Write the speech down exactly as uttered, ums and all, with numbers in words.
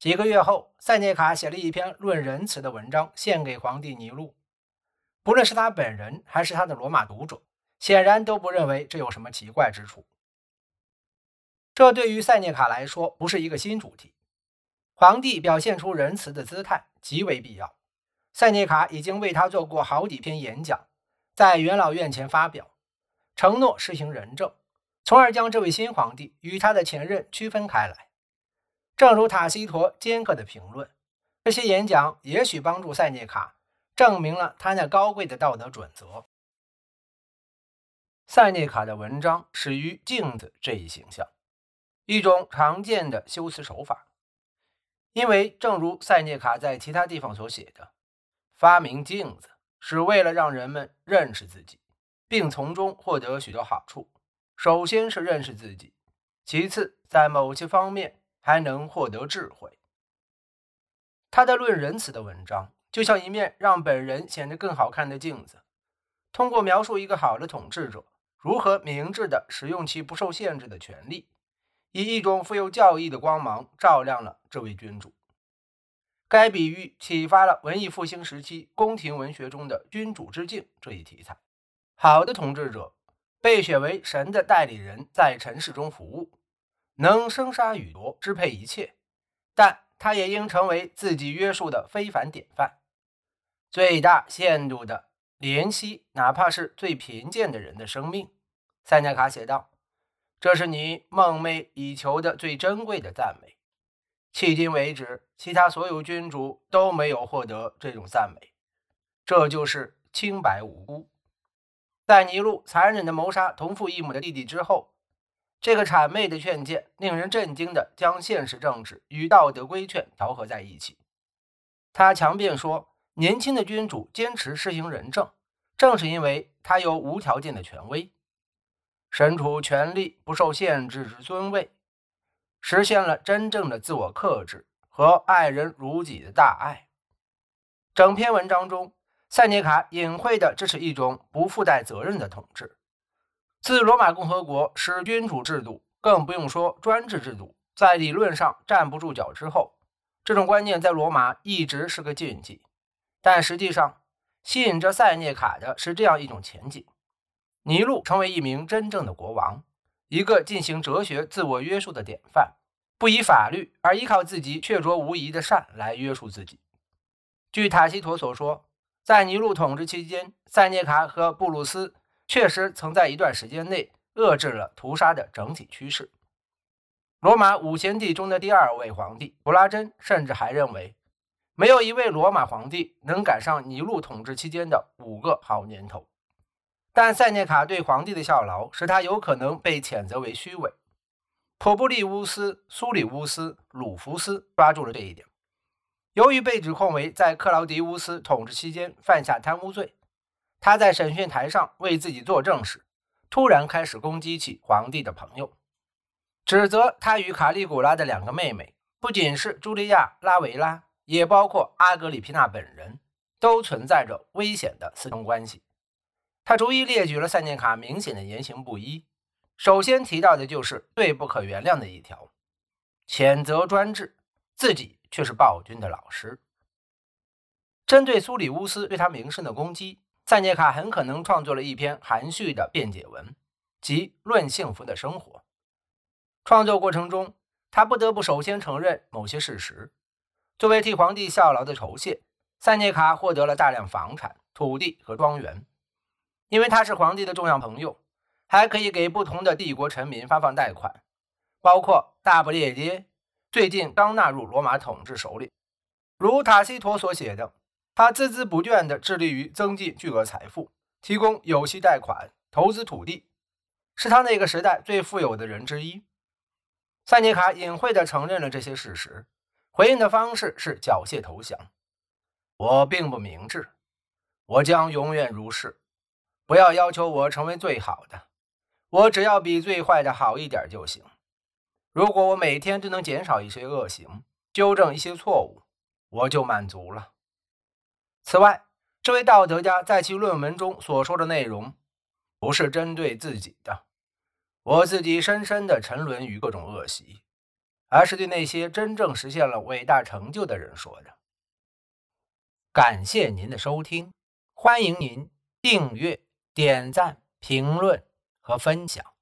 几个月后，塞涅卡写了一篇论仁慈的文章，献给皇帝尼禄。不论是他本人还是他的罗马读者，显然都不认为这有什么奇怪之处。这对于塞涅卡来说不是一个新主题。皇帝表现出仁慈的姿态极为必要。塞涅卡已经为他做过好几篇演讲，在元老院前发表，承诺实行仁政，从而将这位新皇帝与他的前任区分开来。正如塔西佗尖刻的评论，这些演讲也许帮助塞涅卡证明了他那高贵的道德准则。塞涅卡的文章始于镜子这一形象，一种常见的修辞手法。因为正如塞涅卡在其他地方所写的，发明镜子是为了让人们认识自己，并从中获得许多好处。首先是认识自己，其次在某些方面还能获得智慧。他的论仁慈的文章就像一面让本人显得更好看的镜子，通过描述一个好的统治者如何明智地使用其不受限制的权利，以一种富有教义的光芒照亮了这位君主。该比喻启发了文艺复兴时期宫廷文学中的君主之境这一题材。好的统治者被选为神的代理人，在尘世中服务，能生杀予夺，支配一切，但他也应成为自己约束的非凡典范，最大限度地怜惜哪怕是最贫贱的人的生命。塞涅卡写道，这是你梦寐以求的最珍贵的赞美，迄今为止其他所有君主都没有获得这种赞美，这就是清白无辜。在尼禄残忍地谋杀同父异母的弟弟之后，这个谄媚的劝谏令人震惊地将现实政治与道德规劝调和在一起。他强辩说，年轻的君主坚持施行仁政，正是因为他有无条件的权威，身处权力不受限制之尊位，实现了真正的自我克制和爱人如己的大爱。整篇文章中，塞涅卡隐晦地支持一种不负带责任的统治。自罗马共和国使君主制度，更不用说专制制度，在理论上站不住脚之后，这种观念在罗马一直是个禁忌。但实际上，吸引着塞涅卡的是这样一种前景：尼禄成为一名真正的国王，一个进行哲学自我约束的典范，不以法律而依靠自己确凿无疑的善来约束自己。据塔西佗所说，在尼禄统治期间，塞涅卡和布鲁斯确实曾在一段时间内遏制了屠杀的整体趋势。罗马五贤帝中的第二位皇帝普拉珍甚至还认为，没有一位罗马皇帝能赶上尼禄统治期间的五个好年头。但塞涅卡对皇帝的效劳使他有可能被谴责为虚伪。普布利乌斯、苏里乌斯、鲁弗斯抓住了这一点。由于被指控为在克劳迪乌斯统治期间犯下贪污罪，他在审讯台上为自己作证时，突然开始攻击起皇帝的朋友，指责他与卡利古拉的两个妹妹，不仅是茱莉亚·拉维拉，也包括阿格里皮娜本人，都存在着危险的私通关系。他逐一列举了塞涅卡明显的言行不一，首先提到的就是最不可原谅的一条：谴责专制，自己却是暴君的老师。针对苏里乌斯对他名声的攻击，塞涅卡很可能创作了一篇含蓄的辩解文，即《论幸福的生活》。创作过程中，他不得不首先承认某些事实。作为替皇帝效劳的酬谢，塞涅卡获得了大量房产、土地和庄园。因为他是皇帝的重要朋友，还可以给不同的帝国臣民发放贷款，包括大不列颠最近刚纳入罗马统治手里。如塔西佗所写的，他孜孜不倦地致力于增进巨额财富，提供有息贷款，投资土地，是他那个时代最富有的人之一。塞涅卡隐晦地承认了这些事实，回应的方式是缴械投降。我并不明智，我将永远如是。不要要求我成为最好的，我只要比最坏的好一点就行。如果我每天都能减少一些恶行，纠正一些错误，我就满足了。此外，这位道德家在其论文中所说的内容不是针对自己的。我自己深深地沉沦于各种恶习， 而是对那些真正实现了伟大成就的人说的。感谢您的收听，欢迎您订阅、点赞、评论和分享。